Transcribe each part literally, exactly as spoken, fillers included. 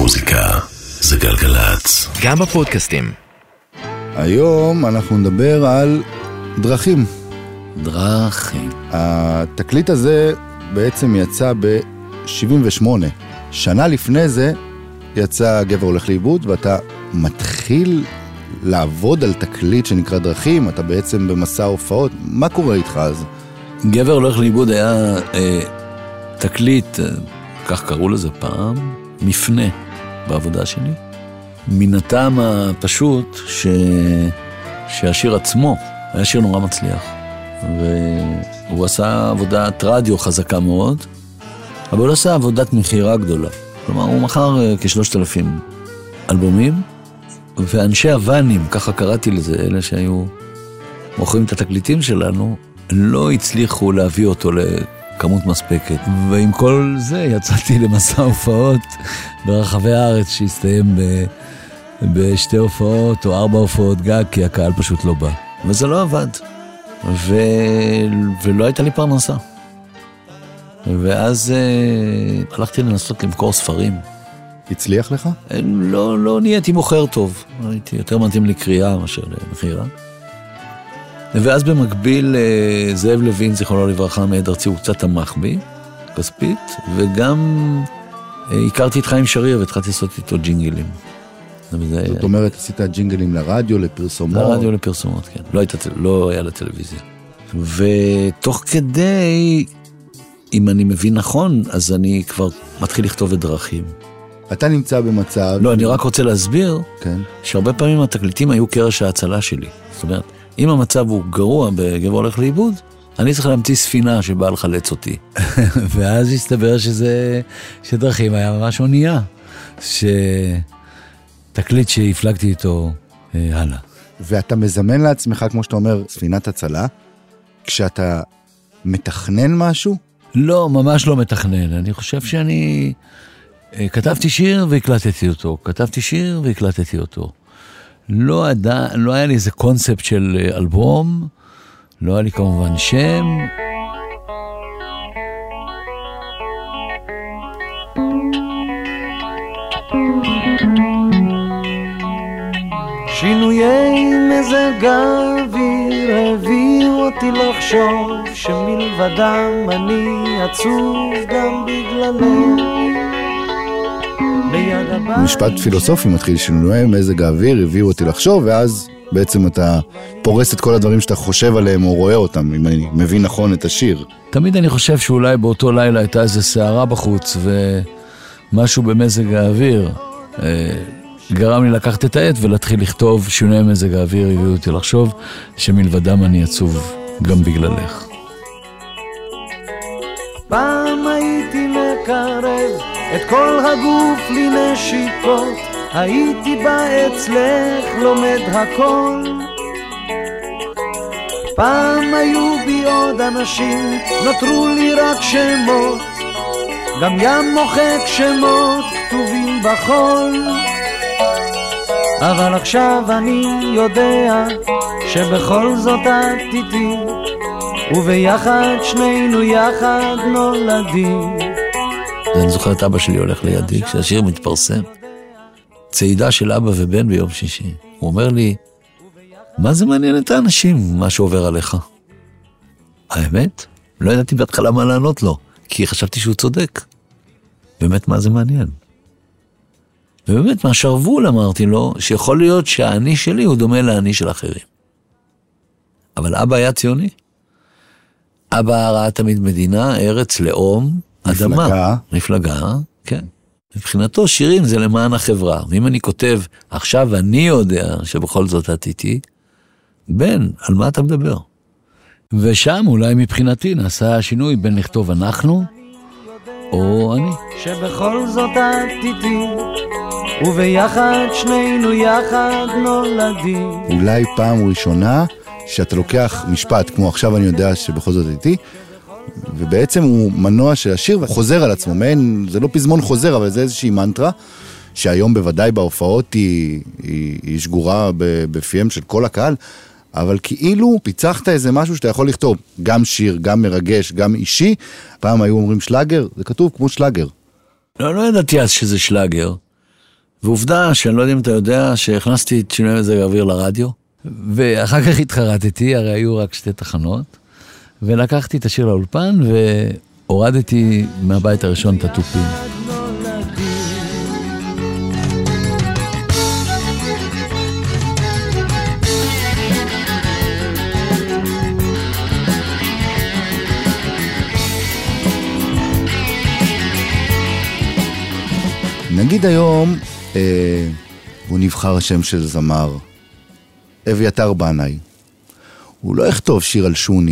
מוזיקה זה גלגלץ. גם בפודקאסטים. היום אנחנו נדבר על דרכים. דרכים. התקליט הזה בעצם יצא ב-שבעים ושמונה. שנה לפני זה יצא גבר הולך לאיבוד, ואתה מתחיל לעבוד על תקליט שנקרא דרכים, אתה בעצם במסע הופעות. מה קורה איתך אז? גבר הולך לאיבוד היה אה, תקליט, אה, כך קראו לזה פעם, מפנה בעבודה שלי. מן הטעם הפשוט ש... שהשיר עצמו היה שיר נורא מצליח. והוא עשה עבודת רדיו חזקה מאוד, אבל הוא עשה עבודת מחירה גדולה. כלומר, הוא מכר כשלושת אלפים אלבומים, ואנשי הוואנים, ככה קראתי לזה, אלה שהיו מוכרים את התקליטים שלנו, לא הצליחו להביא אותו לכמות מספקת. ועם כל זה יצאתי למסע הופעות ברחבי הארץ שהסתיים ב... בשתי הופעות או ארבע הופעות גג, כי הקהל פשוט לא בא. וזה לא עבד. ו... ולא הייתה לי פרנסה. ואז uh, הלכתי לנסות למכור ספרים. הצליח לך? לא, לא נהייתי מוכר טוב. הייתי יותר מתאים לקריאה מאשר למחירה. ואז במקביל uh, זאב לוין, זיכרונו לברכה, מעד ארצי, הוא קצת תמך בי, כספית, וגם uh, הכרתי את חיים שריר והתחלתי לעשות איתו ג'ינגלים. זאת אומרת, עשית ג'ינגלים לרדיו, לפרסומות? לרדיו, לפרסומות, כן. לא, היית, לא היה לטלוויזיה. ותוך כדי, אם אני מבין נכון, אז אני כבר מתחיל לכתוב את דרכים. אתה נמצא במצב... לא, אני רק רוצה להסביר, כן. שהרבה פעמים התקליטים היו קרש ההצלה שלי. זאת אומרת, אם המצב הוא גרוע בגבר הולך לאיבוד, אני צריך להמציא ספינה שבאה לחלץ אותי. ואז הסתבר שזה, שדרכים היה ממש אונייה. ש... תקליט שהפלגתי איתו אה, הלאה. ואתה מזמן לעצמך, כמו שאתה אומר, ספינת הצלה, כשאתה מתכנן משהו? לא, ממש לא מתכנן. אני חושב שאני אה, כתבתי שיר והקלטתי אותו. כתבתי שיר והקלטתי אותו. לא, עדה, לא היה לי איזה קונספט של אה, אלבום, לא היה לי כמובן שם. שינויי מזג האוויר הביאו אותי לחשוב שמלבדם אני עצוב גם בגללך. משפט פילוסופי מתחיל, שינויי מזג האוויר הביאו אותי לחשוב, ואז בעצם אתה פורס את כל הדברים שאתה חושב עליהם או רואה אותם, אם אני מבין נכון את השיר. תמיד אני חושב שאולי באותו לילה הייתה איזו שערה בחוץ ומשהו במזג האוויר גרם לי לקחת את העט ולהתחיל לכתוב שינויי מזג האוויר הביאו אותי לחשוב שמלבדם אני עצוב גם בגללך. פעם הייתי מקרב את כל הגוף לנשיקות, הייתי בא אצלך לומד הכל. פעם היו בי עוד אנשים, נותרו לי רק שמות, גם ים מוחק שמות כתובים בחול. אבל עכשיו אני יודע שבכל זאת את איתי, וביחד שנינו יחד נולדים. אני זוכר את אבא שלי הולך לידי כשהשיר מתפרסם, צעידה של אבא ובן ביום שישי. הוא אומר לי, מה זה מעניין את האנשים מה שעובר עליך? האמת? לא ידעתי בהתחלה מה לענות לו, כי חשבתי שהוא צודק. באמת מה זה מעניין? ובאמת מהשרוול אמרתי לו, שיכול להיות שהאני שלי הוא דומה לאני של אחרים. אבל אבא היה ציוני. אבא ראה תמיד מדינה, ארץ, לאום, אדמה. מפלגה. מפלגה, כן. מבחינתו שירים זה למען החברה. ואם אני כותב, עכשיו אני יודע שבכל זאת את איתי, בן, על מה אתה מדבר? ושם אולי מבחינתי נעשה השינוי בין לכתוב אנחנו, או אני. שבכל זאת את איתי, וביחד שנינו יחד נולדים. אולי פעם ראשונה שאתה לוקח משפט כמו עכשיו אני יודע שבכל זאת איתי, ובעצם הוא מנוע של השיר וחוזר על עצמו, מעין, זה לא פזמון חוזר, אבל זה איזושהי מנטרה, שהיום בוודאי בהופעות היא, היא, היא שגורה בפיהם של כל הקהל, אבל כאילו פיצחת איזה משהו שאתה יכול לכתוב, גם שיר, גם מרגש, גם אישי. פעם היו אומרים שלאגר, זה כתוב כמו שלאגר. לא, לא ידעתי אז שזה שלאגר. ועובדה שאני לא יודע אם אתה יודע שהכנסתי את שינוי מזג האוויר לרדיו, ואחר כך התחרטתי, הרי היו רק שתי תחנות, ולקחתי את השיר לאולפן והורדתי מהבית הראשון את התופים. נגיד היום, אה, הוא נבחר השם של זמר, אביתר בנאי. הוא לא יכתוב שיר על שוני,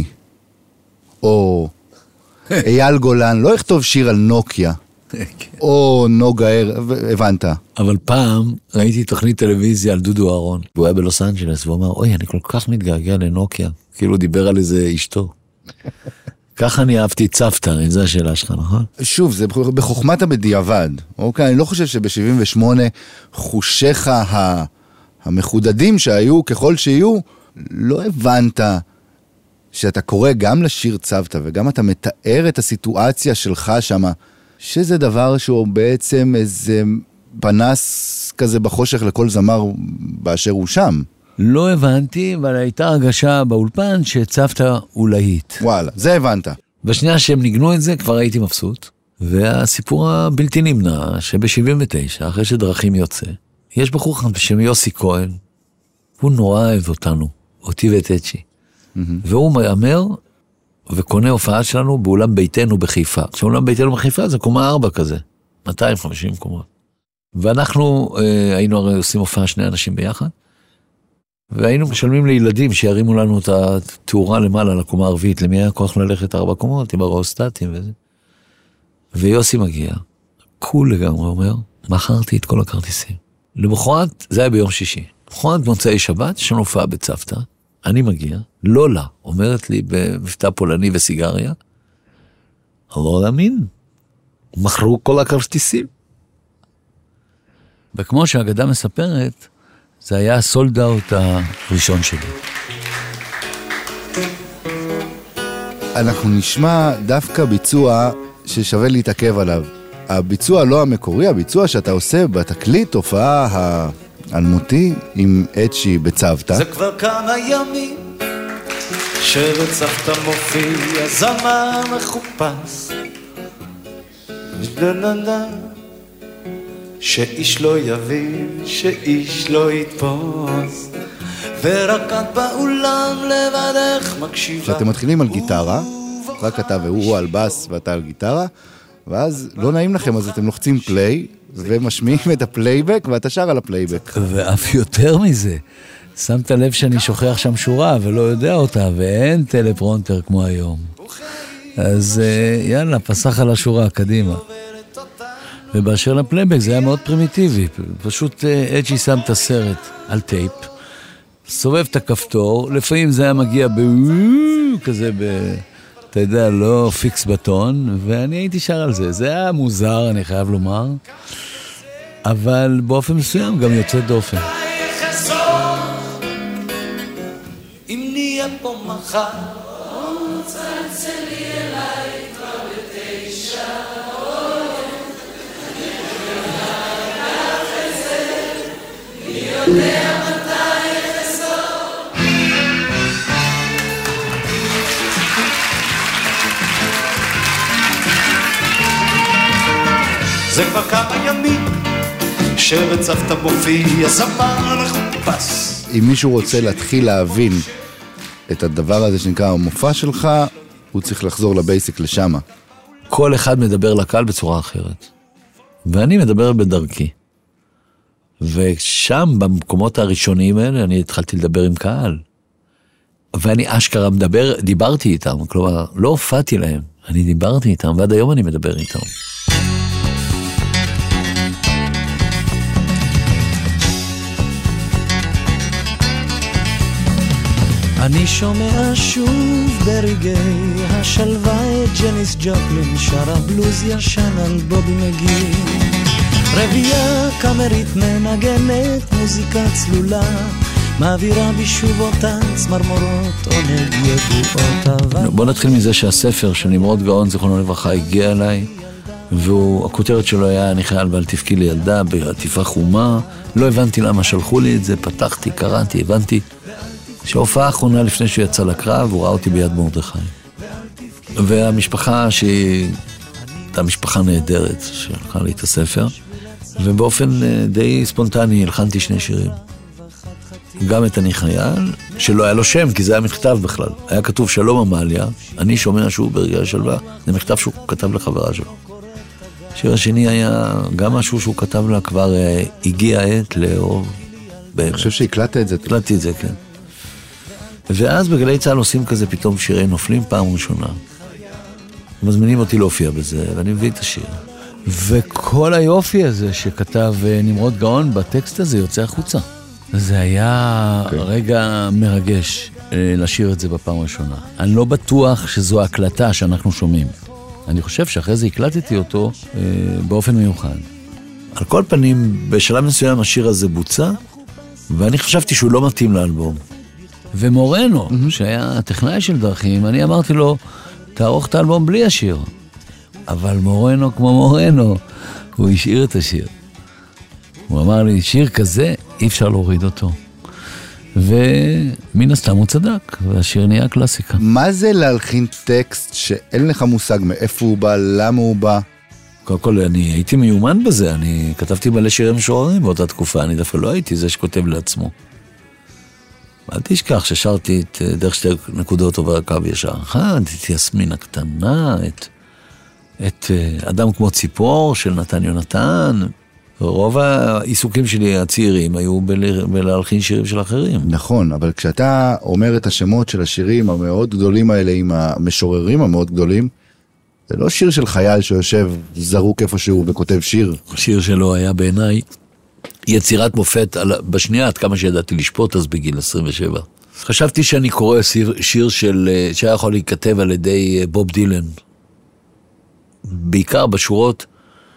או אייל גולן, לא יכתוב שיר על נוקיה, או נוגה ער, הבנת. אבל פעם ראיתי תוכנית טלוויזיה על דודו אהרון, והוא היה בלוס אנג'לס, והוא אמר, אוי, אני כל כך מתגעגע לנוקיה, כאילו דיבר על איזה אשתו. ככה אני אהבתי את סבתא, אם זו השאלה שלך, נכון? שוב, זה בחוכמת הבדיעבד, אוקיי? אני לא חושב שב-שבעים ושמונה חושיך המחודדים שהיו ככל שיהיו, לא הבנת שאתה קורא גם לשיר צוותא, וגם אתה מתאר את הסיטואציה שלך שמה, שזה דבר שהוא בעצם איזה פנס כזה בחושך לכל זמר באשר הוא שם. לא הבנתי, אבל הייתה הרגשה באולפן שצוותא הוא להיט. וואלה, זה הבנת. בשנייה שהם ניגנו את זה, כבר הייתי מבסוט. והסיפור הבלתי נמנע, שב-שבעים ותשע, אחרי שדרכים יוצא, יש בחור בשם יוסי כהן, הוא נורא אוהב אותנו, אותי ואת אצ'י. Mm-hmm. והוא מאמר וקונה הופעה שלנו באולם ביתנו בחיפה. עכשיו, אולם ביתנו בחיפה זה קומה ארבע כזה, מאתיים וחמישים קומות. ואנחנו אה, היינו הרי עושים הופעה שני אנשים ביחד, והיינו משלמים לילדים שירימו לנו את התאורה למעלה לקומה הרביעית, למי היה כוח ללכת ארבע קומות עם הרואוסטטים וזה. ויוסי מגיע, קול לגמרי אומר, מכרתי את כל הכרטיסים. למחרת, זה היה ביום שישי. למחרת מוצאי שבת, יש לנו הופעה בצוותא, אני מגיע, לולה, אומרת לי במבטא פולני וסיגריה, לא להאמין, מכרו כל הכרטיסים. וכמו שהאגדה מספרת, זה היה הסולד אאוט הראשון שלי. אנחנו נשמע דווקא ביצוע ששווה להתעכב עליו. הביצוע לא המקורי, הביצוע שאתה עושה בתקליט הופעה האלמותי עם אצ'י בצוותא. זה כבר כמה ימים שבצוותא מופיע זמר מחופש, שאיש לא יבין, שאיש לא יתפוס, ורק את באולם לבדך מקשיבה. שאתם מתחילים על גיטרה, רק אתה והוא על בס ואתה על גיטרה, ואז לא נעים לכם, אז אתם לוחצים פליי, ומשמיעים את הפלייבק, ואתה שר על הפלייבק. ואף יותר מזה, שמת לב שאני שוכח שם שורה, ולא יודע אותה, ואין טלפרונטר כמו היום. אז יאללה, פסח על השורה, קדימה. ובאשר לפלייבק זה היה מאוד פרימיטיבי, פשוט אג'י שם את הסרט על טייפ, סובב את הכפתור, לפעמים זה היה מגיע כזה ב... אתה יודע, לא פיקס בטון, ואני הייתי שר על זה. זה היה מוזר, אני חייב לומר, אבל באופן מסוים גם יוצא דופן. אם נהיה פה מחר, צלצל לי אליי כבר בתשע, מי יודע מתי חסור. זה כבר כמה ימים שבצוותא מופיע זמר מחופש. אם מישהו רוצה להתחיל להבין את הדבר הזה שנקרא המופע שלך, הוא צריך לחזור לבייסיק לשמה. כל אחד מדבר לקהל בצורה אחרת, ואני מדבר בדרכי. ושם, במקומות הראשוניים האלה, אני התחלתי לדבר עם קהל. ואני אשכרה מדבר, דיברתי איתם, כלומר, לא הופעתי להם, אני דיברתי איתם, ועד היום אני מדבר איתם. אני שומע שוב ברגעי השלווה את ג'ניס ג'ופלין, שרה בלוז ישן על בובי מגי, רבייה קאמרית מנגנת מוזיקה צלולה, מעבירה בשוב אותה צמרמורות עונג ידועות. בוא נתחיל מזה שהספר של נמרוד גאון זיכרונו לברכה הגיע אליי, והכותרת שלו היה אני חייל ואל תבכי לי ילדה בעטיפה חומה. לא הבנתי למה שלחו לי את זה, פתחתי, קראתי, הבנתי שההופעה האחרונה לפני שהוא יצא לקרב, הוא ראה אותי ביד מרדכי. והמשפחה שהיא הייתה משפחה נהדרת שהלכה לי את הספר, ובאופן די ספונטני הלחנתי שני שירים. גם את אני חייל, שלא היה לו שם, כי זה היה מכתב בכלל. היה כתוב שלום עמליה, אני שומע שהוא ברגעי שלווה, זה מכתב שהוא כתב לחברה שלו. השיר השני היה גם משהו שהוא כתב לה, כבר הגיע העת לאהוב. אני חושב שהקלטת את זה. הקלטתי את זה, כן. ואז בגלי צהל עושים כזה פתאום שירי נופלים פעם ראשונה. מזמינים אותי להופיע בזה, ואני מביא את השיר. וכל היופי הזה שכתב נמרוד גאון בטקסט הזה יוצא החוצה. זה היה okay. רגע מרגש לשיר את זה בפעם הראשונה. אני לא בטוח שזו הקלטה שאנחנו שומעים. אני חושב שאחרי זה הקלטתי אותו אה, באופן מיוחד. על כל פנים, בשלב מסוים השיר הזה בוצע, ואני חשבתי שהוא לא מתאים לאלבום. ומורנו, mm-hmm. שהיה הטכנאי של דרכים, אני אמרתי לו, תערוך את האלבום בלי השיר. אבל מורנו כמו מורנו, הוא השאיר את השיר. הוא אמר לי, שיר כזה, אי אפשר להוריד אותו. ומן הסתם הוא צדק, והשיר נהיה קלאסיקה. מה זה להלחין טקסט שאין לך מושג מאיפה הוא בא, למה הוא בא? קודם כל, אני הייתי מיומן בזה, אני כתבתי מלא שירים משוררים באותה תקופה, אני דווקא לא הייתי זה שכותב לעצמו. אל תשכח ששרתי את דרך שתי נקודות עובר הקו ישר אחד, את יסמין הקטנה, את, את אדם כמו ציפור של נתן יונתן, רוב העיסוקים שלי הצעירים היו בלהלחין שירים של אחרים. נכון, אבל כשאתה אומר את השמות של השירים המאוד גדולים האלה עם המשוררים המאוד גדולים, זה לא שיר של חייל שיושב זרוק איפשהו וכותב שיר. השיר שלו היה בעיניי יצירת מופת על, בשנייה עד כמה שידעתי לשפוט אז בגיל עשרים ושבע. חשבתי שאני קורא שיר, שיר של, שהיה יכול להיכתב על ידי בוב דילן. בעיקר בשורות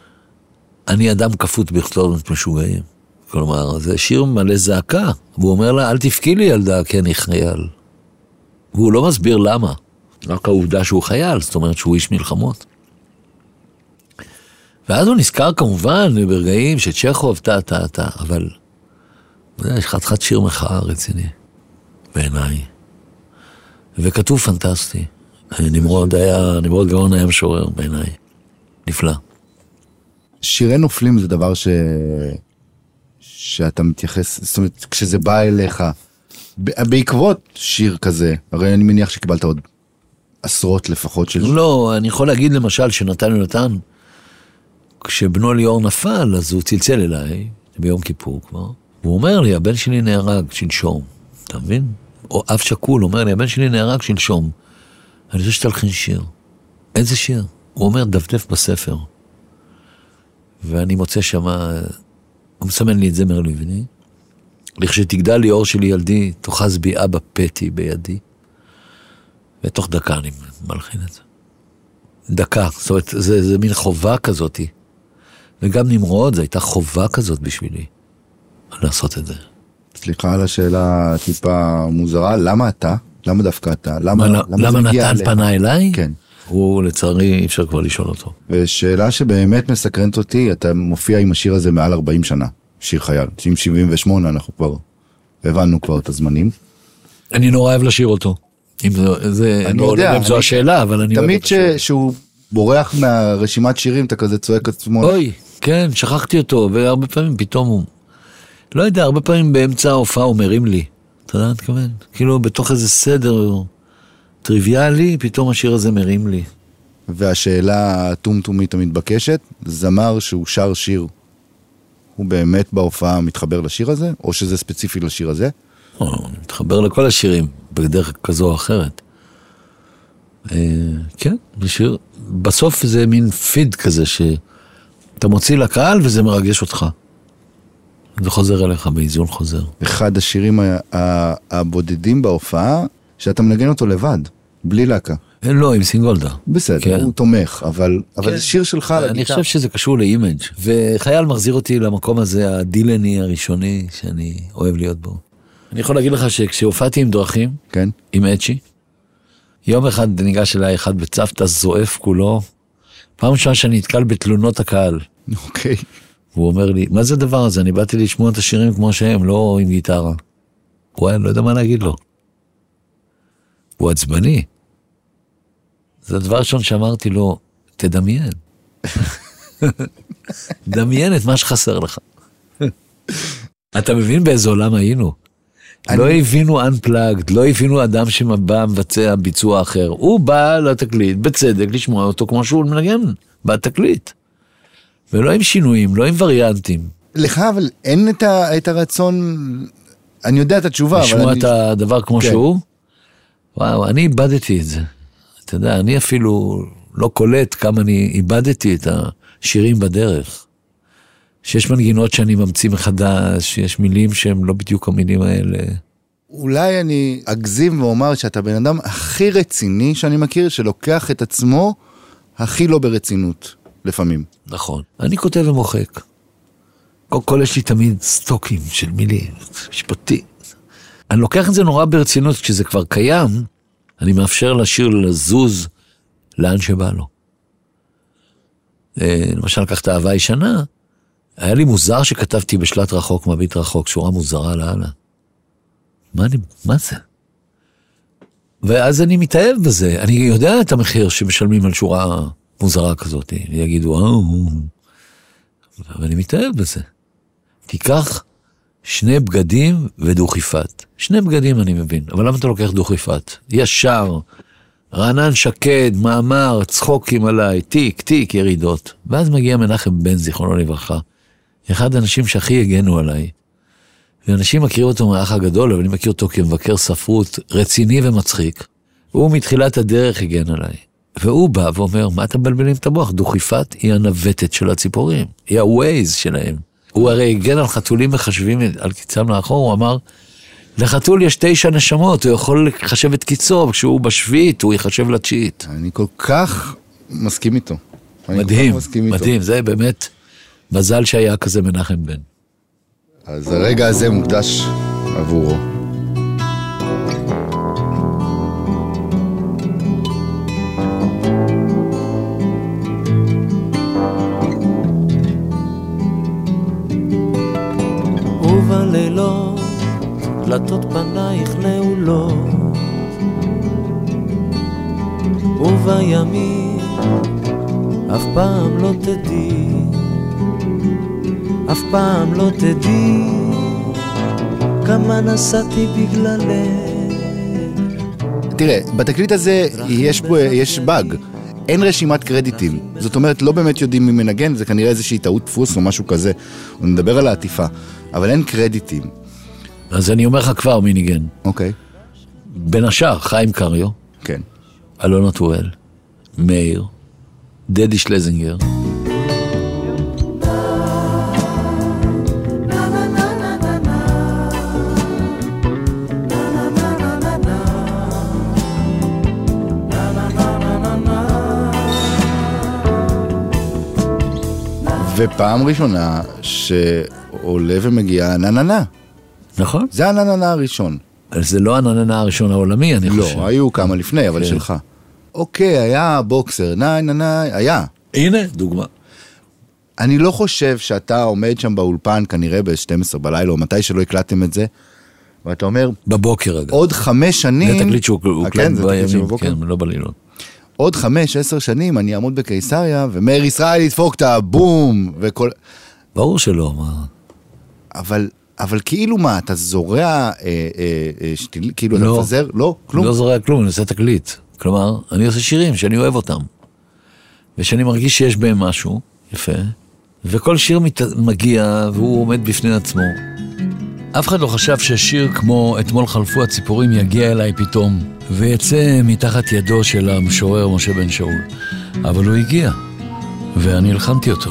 אני אדם כפות בכתובת משוגעים. כלומר, זה שיר מלא זעקה. והוא אומר לה, אל תפקי לי ילדה, כי אני חייל. והוא לא מסביר למה. רק העובדה שהוא חייל, זאת אומרת שהוא איש מלחמות. ואז הוא נזכר כמובן ברגעים שצ'כוב, טה, טה, טה, אבל יש חתיכת שיר מחאה רציני, בעיניי. וכתוב פנטסטי. נמרוד היה, נמרוד גאון היה משורר בעיניי. נפלא. שירי נופלים זה דבר ש... שאתה מתייחס, זאת אומרת, כשזה בא אליך, בעקבות שיר כזה, הרי אני מניח שקיבלת עוד עשרות לפחות של... לא, אני יכול להגיד למשל שנתן יונתן, כשבנו ליאור נפל, אז הוא צלצל אליי, ביום כיפור כבר, והוא אומר לי, הבן שלי נהרג שלשום, אתה מבין? או אב שקול אומר לי, הבן שלי נהרג שלשום, אני חושב שתלחין שיר. איזה שיר? הוא אומר, דפדף בספר. ואני מוצא שמה, הוא מסמן לי את זמר לבני, לכשתגדל ליאור שלי ילדי, תאחז בי אבא פטי בידי, ותוך דקה אני מלחין את זה. דקה, זאת אומרת, זה, זה מין חובה כזאת, וגם נמרוד, זו הייתה חובה כזאת בשבילי, לעשות את זה. סליחה על השאלה טיפה מוזרה, למה אתה? למה דווקא אתה? למה, מה, למה, למה נתן עליך? פנה אליי? כן. הוא לצערי אי אפשר כבר לשאול אותו. ושאלה שבאמת מסקרנת אותי, אתה מופיע עם השיר הזה מעל ארבעים שנה, שיר חייל. עם שבעים ושמונה אנחנו כבר הבנו כבר את הזמנים. אני נורא אוהב לשיר אותו. אם זה, זה אני לא יודע, יודע, זו אני, השאלה, אבל אני תמיד ש, שהוא בורח מהרשימת שירים, אתה כזה צועק עצמו. אוי, כן, שכחתי אותו, והרבה פעמים פתאום הוא, לא יודע, הרבה פעמים באמצע ההופעה הוא מרים לי. אתה יודע, תכוון? כאילו בתוך איזה סדר טריוויאלי, פתאום השיר הזה מרים לי. והשאלה הטומטומית המתבקשת, זמר שהוא שר שיר, הוא באמת בהופעה מתחבר לשיר הזה, או שזה ספציפי לשיר הזה? או, מתחבר לכל השירים, בדרך כזו או אחרת. כן, בשיר, בסוף זה מין פיד כזה, שאתה מוציא לקהל וזה מרגש אותך. זה חוזר אליך, באיזון חוזר. אחד השירים הבודדים בהופעה, שאתה מנגן אותו לבד, בלי להקה. לא, עם סינגולדה. בסדר, כן. הוא תומך, אבל, אבל זה שיר שלך על הגיטרה. אני חושב שזה קשור לאימג'. וחייל מחזיר אותי למקום הזה, הדילני הראשוני, שאני אוהב להיות בו. אני יכול להגיד לך שכשהופעתי עם דרכים, כן. עם אצ'י, יום אחד ניגש אליי אחד בצוותא זועף כולו, פעם ראשונה שאני נתקל בתלונות הקהל. אוקיי. הוא אומר לי, מה זה הדבר הזה? אני באתי לשמוע את השירים כמו שהם, לא עם גיטרה. הוא היה, לא יודע מה להגיד לו. הוא עצבני. זה הדבר ראשון שאמרתי לו, תדמיין. דמיין את מה שחסר לך. אתה מבין באיזה עולם היינו? אני... לא הבינו unplugged, לא הבינו אדם שבא מבצע ביצוע אחר. הוא בא לתקליט, בצדק, לשמוע אותו כמו שהוא מנגן, בתקליט. ולא עם שינויים, לא עם וריאנטים. לך אבל אין את, ה... את הרצון, אני יודע את התשובה. לשמוע אבל את אני... הדבר כמו כן. שהוא? וואו, אני איבדתי את זה. אתה יודע, אני אפילו לא קולט כמה אני איבדתי את השירים בדרך. שיש מנגינות שאני ממציא מחדש, שיש מילים שהם לא בדיוק המילים האלה. אולי אני אגזים ואומר שאתה בן אדם הכי רציני שאני מכיר, שלוקח את עצמו הכי לא ברצינות, לפעמים. נכון. אני כותב ומוחק. כל, כל יש לי תמיד סטוקים של מילים, משפטי. אני לוקח את זה נורא ברצינות, כשזה כבר קיים, אני מאפשר לשיר לזוז לאן שבא לו. למשל, לקחת אהבה ישנה, היה לי מוזר שכתבתי בשלט רחוק, מביט רחוק, שורה מוזרה לאללה. מה, אני, מה זה? ואז אני מתאהב בזה. אני יודע את המחיר שמשלמים על שורה מוזרה כזאת. יגידו, וואו. ואני מתאהב בזה. תיקח שני בגדים ודוכיפת. שני בגדים אני מבין, אבל למה אתה לוקח דוכיפת? ישר, רענן שקד, מאמר, צחוקים עליי, תיק, תיק, ירידות. ואז מגיע מנחם בן, זיכרונו לברכה. אחד האנשים שהכי הגנו עליי, ואנשים מכירים אותו מהאח הגדול, אבל אני מכיר אותו כמבקר ספרות רציני ומצחיק. הוא מתחילת הדרך הגן עליי. והוא בא ואומר, מה אתה בלבלים את המוח? דוכיפת היא הנווטת של הציפורים, היא הווייז שלהם. הוא הרי הגן על חתולים מחשבים על קיצם לאחור, הוא אמר, לחתול יש תשע נשמות, הוא יכול לחשב את קיצו, כשהוא בשביעית, הוא יחשב לתשיעית. אני כל כך מסכים איתו. מדהים, מדהים, זה באמת מזל שהיה כזה מנחם בן. אז הרגע הזה מוקדש עבורו. ובלילות דלתות פנייך נעולות, ובימים אף פעם לא תדעי, אף פעם לא תדעי כמה נסעתי בגללך. תראה, בתקליט הזה יש, פה, יש באג, אין רשימת קרדיטים. זאת אומרת, לא באמת יודעים מי מנגן, זה כנראה איזושהי טעות דפוס או משהו כזה. הוא מדבר על העטיפה, אבל אין קרדיטים. אז אני אומר לך כבר מי ניגן. אוקיי. בין השאר, חיים קריו. כן. אלון נטואל, מאיר, דדי שלזינגר. ופעם ראשונה שעולה ומגיע נננה. נכון. זה הנננה הראשון. זה לא הנננה הראשון העולמי, אני לא, חושב. לא, היו כמה לפני, אבל שלך. אוקיי, היה בוקסר, נה, נה, נה, היה. הנה, דוגמה. אני לא חושב שאתה עומד שם באולפן, כנראה ב-שתים עשרה בלילה, או מתי שלא הקלטתם את זה, ואתה אומר... בבוקר, אגב. עוד חמש שנים... זה תקליט שהוא כן, זה תקליט בימים, כן, לא בלילות. עוד חמש, עשר שנים אני אעמוד בקיסריה, ומאיר ישראל ידפוק את הבום, וכל... ברור שלא, מה... אבל, אבל כאילו מה, אתה זורע, אה, אה, אה, שתיל, כאילו לא, אתה מפזר? לא, כלום. לא זורע כלום, אני עושה תקליט. כלומר, אני עושה שירים שאני אוהב אותם. ושאני מרגיש שיש בהם משהו, יפה, וכל שיר מת... מגיע, והוא עומד בפני עצמו. אף אחד לא חשב ששיר כמו אתמול חלפו הציפורים יגיע אליי פתאום, ויצא מתחת ידו של המשורר משה בן שאול. אבל הוא הגיע, ואני הלחמתי אותו.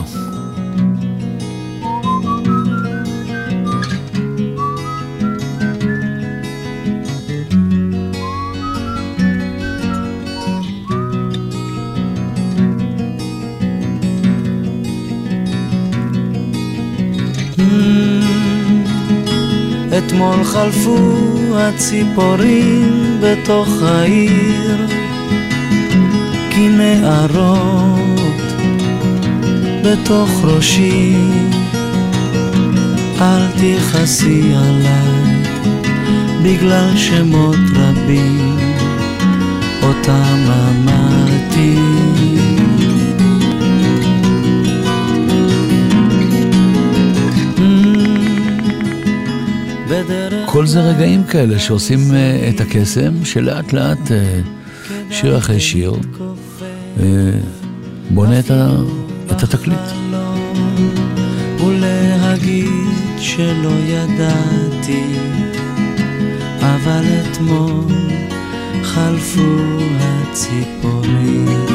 אתמול חלפו הציפורים בתוך העיר, כי נערות בתוך ראשי, אל תכעסי עליי בגלל שמות רבים אותם אמרתי. כל זה רגעים כאלה שעושים את הקסם, שלאט לאט שיר אחרי שיר בונה את, ה... את התקליט. ולהגיד שלא ידעתי, אבל אתמול חלפו הציפורים.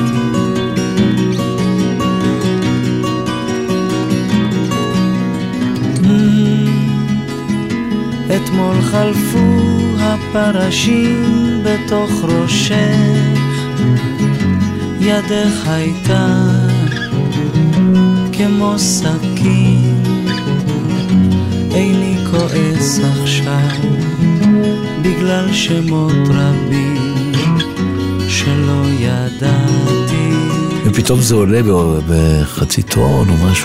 אתמול חלפו הפרשים בתוך ראשך, ידך הייתה כמו סכין, איני כועס עכשיו בגלל שמות רבים שלא ידעתי. ופתאום זה עולה בחצי טון או משהו.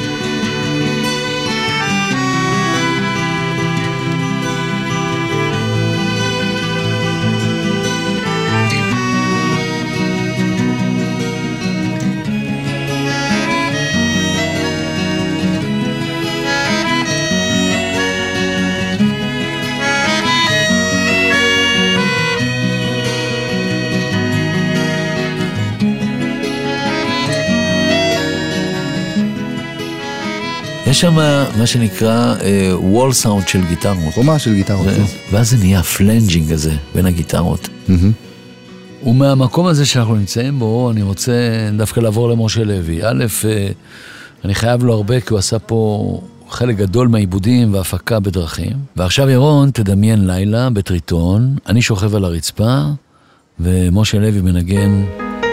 יש שם מה שנקרא וול סאונד של גיטרות. חומה של גיטרות. ואז זה נהיה פלנג'ינג הזה בין הגיטרות. ומהמקום הזה שאנחנו נמצאים בו, אני רוצה דווקא לעבור למשה לוי. א', אני חייב לו הרבה, כי הוא עשה פה חלק גדול מהעיבודים והפקה בדרכים. ועכשיו ירון, תדמיין לילה בטריטון, אני שוכב על הרצפה, ומשה לוי מנגן...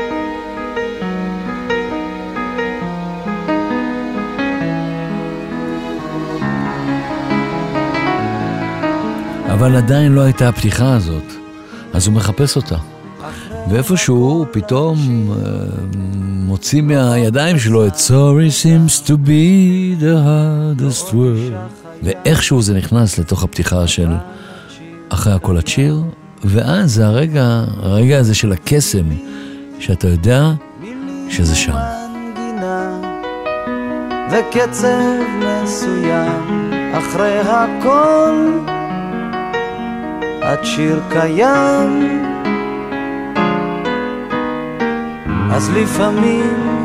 אבל עדיין לא הייתה הפתיחה הזאת, אז הוא מחפש אותה. ואיפשהו הוא פתאום uh, מוציא מהידיים שלו את Sorry seems to be the hardest word. ואיכשהו זה נכנס לתוך הפתיחה של אחרי הכל השיר, ואז זה הרגע, הרגע הזה של הקסם, שאתה יודע שזה שם. וקצב מסוים אחרי הכל השיר קיים, אז לפעמים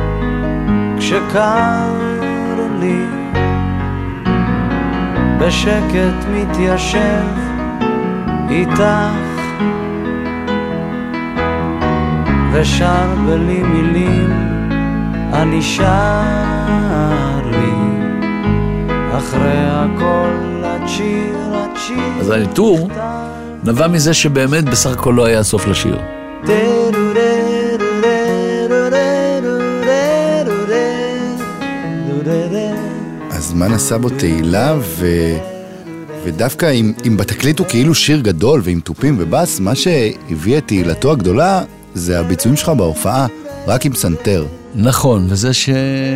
כשקר לי בשקט מתיישב איתך ושר בלי מילים, אני שר לי אחרי הכל השיר. אז הניטור נבע מזה שבאמת בסך הכל לא היה סוף לשיר. אז מה נסע בו תהילה, ו... ודווקא אם, אם בתקליט הוא כאילו שיר גדול ועם טופים ובאס, מה שהביא את תהילתו הגדולה זה הביצועים שלך בהופעה, רק עם סנטר. נכון, וזה ש...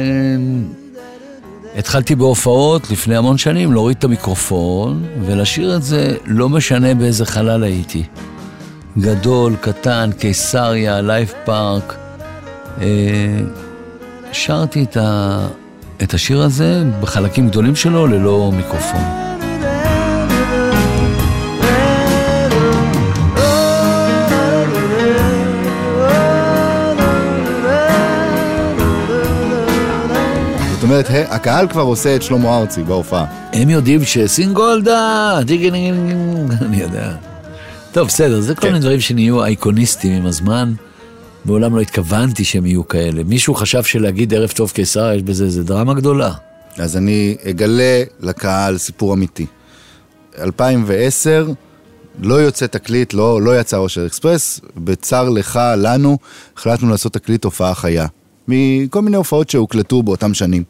התחלתי בהופעות לפני המון שנים להוריד את המיקרופון ולשיר את זה לא משנה באיזה חלל הייתי. גדול, קטן, קיסריה, לייב פארק. שרתי את, ה... את השיר הזה בחלקים גדולים שלו ללא מיקרופון. זאת אומרת, הקהל כבר עושה את שלמה ארצי בהופעה. הם יודעים שסינגולדה, אני יודע. טוב, בסדר, זה כל מיני דברים שנהיו אייקוניסטים עם הזמן. בעולם לא התכוונתי שהם יהיו כאלה. מישהו חשב שלהגיד ערב טוב קיסר, יש בזה, זה דרמה גדולה. אז אני אגלה לקהל סיפור אמיתי. אלפיים ועשר, לא יוצא תקליט, לא, לא יצא אושר אקספרס, בצר לך, לנו, החלטנו לעשות תקליט הופעה חיה. מכל מיני הופעות שהוקלטו באותם שנים.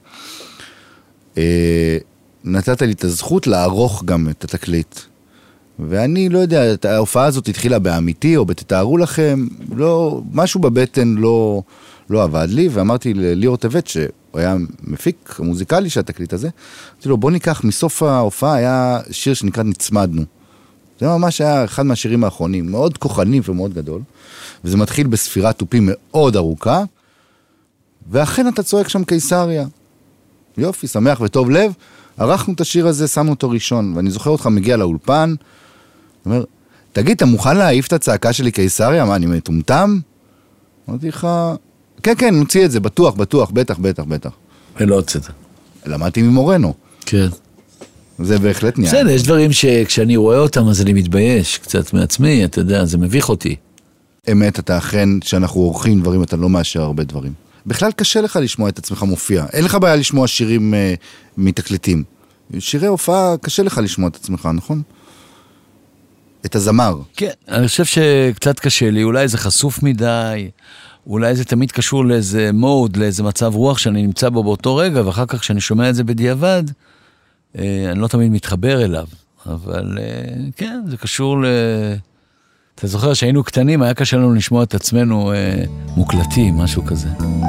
נתת לי את הזכות לערוך גם את התקליט. ואני לא יודע, ההופעה הזאת התחילה באמיתי, או בתתארו לכם, לא, משהו בבטן לא, לא עבד לי, ואמרתי לליאור טבת הוא היה מפיק מוזיקלי של התקליט הזה, אמרתי לו, בוא ניקח, מסוף ההופעה היה שיר שנקרא נצמדנו. זה ממש היה אחד מהשירים האחרונים, מאוד כוחני ומאוד גדול, וזה מתחיל בספירת טופים מאוד ארוכה, ואכן אתה צועק שם קיסריה. יופי, שמח וטוב לב, ערכנו את השיר הזה, שמנו אותו ראשון, ואני זוכר אותך מגיע לאולפן, אומר, תגיד, אתה מוכן להעיף את הצעקה שלי קיסריה? מה, אני מטומטם? אמרתי לך, כן, כן, נוציא את זה, בטוח, בטוח, בטח, בטח, בטח. ולא הוצאת. למדתי ממורנו. כן. זה בהחלט נהיה. בסדר, יש דברים שכשאני רואה אותם, אז אני מתבייש קצת מעצמי, אתה יודע, זה מביך אותי. אמת, אתה אכן, שאנחנו עורכים דברים, אתה לא מאשר הרבה דברים. בכלל קשה לך לשמוע את עצמך מופיע. אין לך בעיה לשמוע שירים אה, מתקליטים. שירי הופעה, קשה לך לשמוע את עצמך, נכון? את הזמר. כן, אני חושב שקצת קשה לי, אולי זה חשוף מדי, אולי זה תמיד קשור לאיזה מוד, לאיזה מצב רוח שאני נמצא בו באותו רגע, ואחר כך כשאני שומע את זה בדיעבד, אה, אני לא תמיד מתחבר אליו. אבל אה, כן, זה קשור ל... אתה זוכר שהיינו קטנים, היה קשה לנו לשמוע את עצמנו אה, מוקלטים, משהו כזה.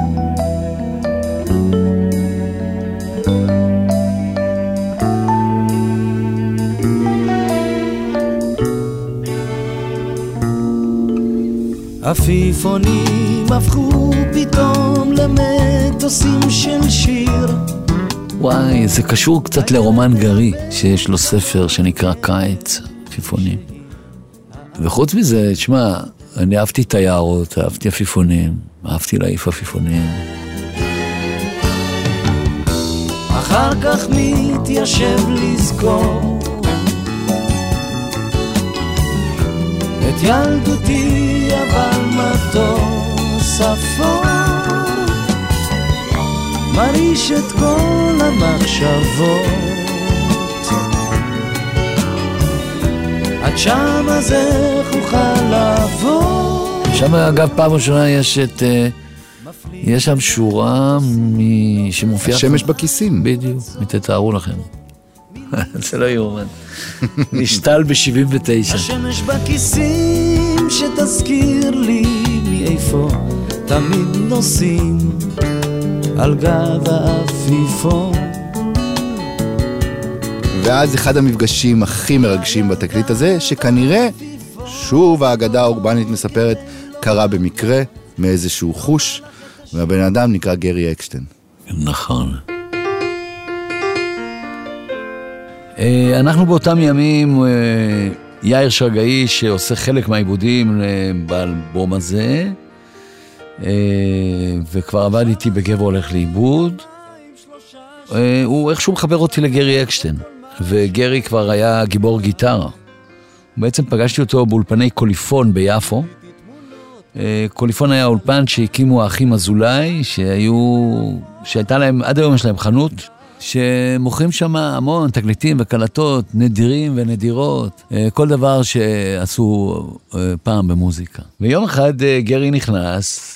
עפיפונים הפכו פתאום למטוסים של שיר. וואי, זה קשור קצת לרומן גרי, שיש לו ספר שנקרא קיץ, עפיפונים. וחוץ מזה, תשמע, אני אהבתי את היערות, אהבתי עפיפונים, אהבתי להעיף עפיפונים. אחר כך מתיישב לזכור את ילדותי, אבל מטוס אפור מריש את כל המחשבות. עד שם אז איך אוכל לעבור. שם אגב פעם ראשונה יש את, יש שם שורה שמופיעה. השמש בכיסים. בדיוק, תתארו לכם. זה לא יאומן. נשתל ב-שבעים ותשע. השמש בכיסים שתזכיר לי מאיפה תמיד נוסעים על גב האפיפון. ואז אחד המפגשים הכי מרגשים בתקליט הזה, שכנראה, שוב האגדה האורבנית מספרת, קרה במקרה, מאיזשהו חוש, והבן אדם נקרא גרי אקשטיין. נכון. אנחנו באותם ימים, יאיר שרגאי שעושה חלק מהעיבודים באלבום הזה, וכבר עבד איתי בגבר הולך לאיבוד, הוא איכשהו מחבר אותי לגרי אקשטיין, וגרי כבר היה גיבור גיטרה. בעצם פגשתי אותו באולפני קוליפון ביפו. קוליפון היה אולפן שהקימו האחים אזולאי, שהיו, שהייתה להם, עד היום יש להם חנות, שמוכרים שם המון תקליטים וקלטות, נדירים ונדירות, כל דבר שעשו פעם במוזיקה. ויום אחד גרי נכנס,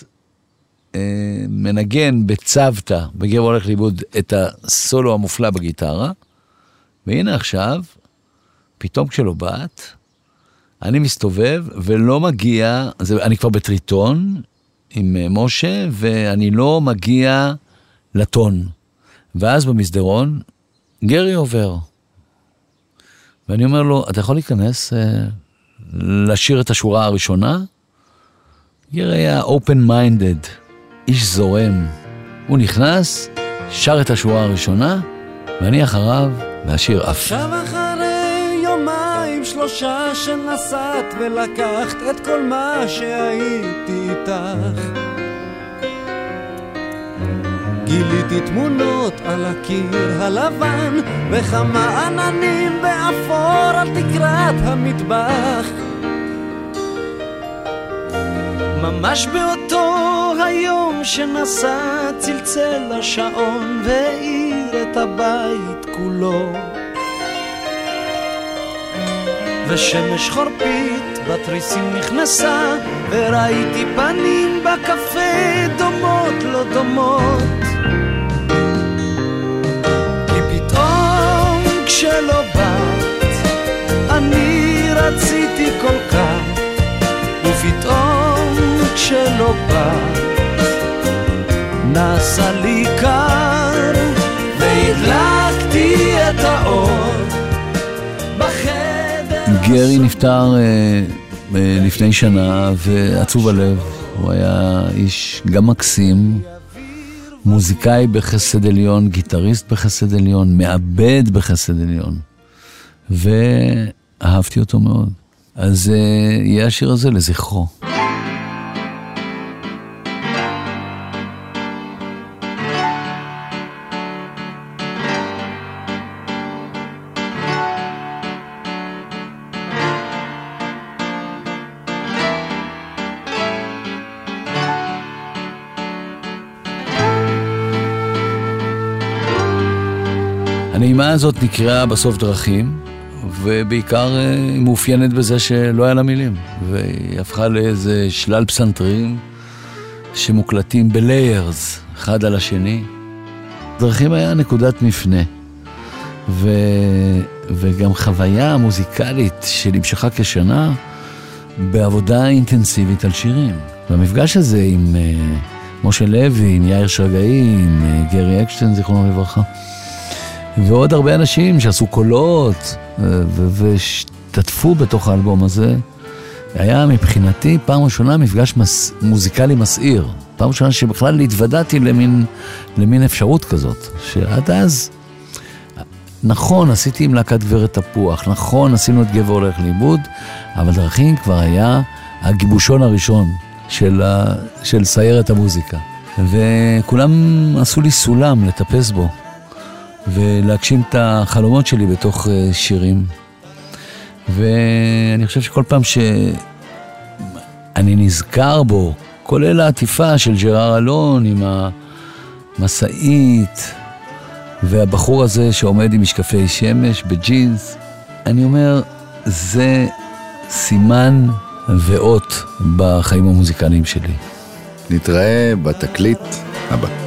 מנגן בצוותא, בגבר הולך לאיבוד את הסולו המופלא בגיטרה, והנה עכשיו, פתאום כשלא באת, אני מסתובב ולא מגיע, זה, אני כבר בטריטון עם משה, ואני לא מגיע לטון. ואז במסדרון, גרי עובר. ואני אומר לו, אתה יכול להיכנס אה, לשיר את השורה הראשונה? גרי היה open minded, איש זורם. הוא נכנס, שר את השורה הראשונה, ואני אחריו, והשיר עף. עכשיו אחרי יומיים שלושה שנסעת ולקחת את כל מה שהייתי איתך, גיליתי תמונות על הקיר הלבן וכמה עננים באפור על תקרת המטבח. ממש באותו היום שנסע צלצל השעון והאיר את הבית כולו, ושמש חורפית בתריסים נכנסה וראיתי פנים בקפה דומות לא דומות. כי פתאום כשלא באת אני רציתי כל כך, ופתאום כשלא באת נעשה לי כך. האור בחדר. גרי נפטר אה, לפני שנה, ועצוב הלב. הוא היה איש גם מקסים, מוזיקאי בחסד עליון, גיטריסט בחסד עליון, מעבד בחסד עליון, ואהבתי אותו מאוד. אז אה, יהיה השיר הזה לזכרו. הנעימה הזאת נקראה בסוף דרכים, ובעיקר היא מאופיינת בזה שלא היה לה מילים, והיא הפכה לאיזה שלל פסנתרים שמוקלטים בליירס, אחד על השני. דרכים היה נקודת מפנה, ו... וגם חוויה מוזיקלית שנמשכה כשנה בעבודה אינטנסיבית על שירים. והמפגש הזה עם uh, משה לוי, עם יאיר שרגאי, עם uh, גרי אקשטיין, זיכרונו לברכה, ועוד הרבה אנשים שעשו קולות והשתתפו בתוך האלבום הזה, היה מבחינתי פעם ראשונה מפגש מס, מוזיקלי מסעיר. פעם ראשונה שבכלל התוודעתי למין, למין אפשרות כזאת, שעד אז, נכון, עשיתי עם להקת גברת תפוח, נכון, עשינו את גבר הולך לאיבוד, אבל דרכים כבר היה הגיבושון הראשון של, ה, של סיירת המוזיקה. וכולם עשו לי סולם לטפס בו, ולהגשים את החלומות שלי בתוך שירים. ואני חושב שכל פעם שאני נזכר בו, כולל העטיפה של ג'רר אלון עם המסעית, והבחור הזה שעומד עם משקפי שמש בג'ינס, אני אומר, זה סימן ואות בחיים המוזיקליים שלי. נתראה בתקליט הבא.